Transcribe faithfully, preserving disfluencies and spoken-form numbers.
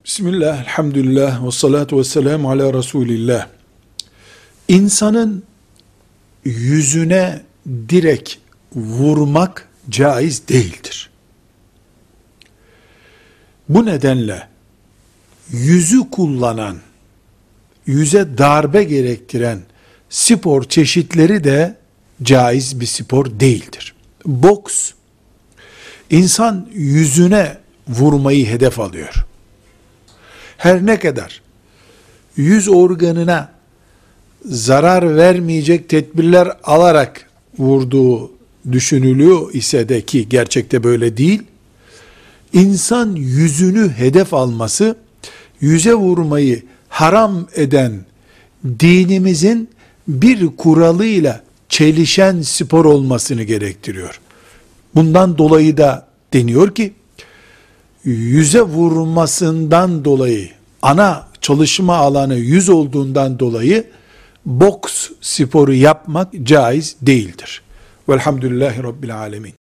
Bismillah, elhamdülillah, ve salatu ve selamu ala Resulillah. İnsanın yüzüne direkt vurmak caiz değildir. Bu nedenle yüzü kullanan, yüze darbe gerektiren spor çeşitleri de caiz bir spor değildir. Boks, insan yüzüne vurmayı hedef alıyor. Her ne kadar yüz organına zarar vermeyecek tedbirler alarak vurduğu düşünülüyor ise de ki gerçekte böyle değil, insan yüzünü hedef alması, yüze vurmayı haram eden dinimizin bir kuralıyla çelişen spor olmasını gerektiriyor. Bundan dolayı da deniyor ki, yüze vurmasından dolayı, ana çalışma alanı yüz olduğundan dolayı, boks sporu yapmak caiz değildir. Velhamdülillahi Rabbil Alemin.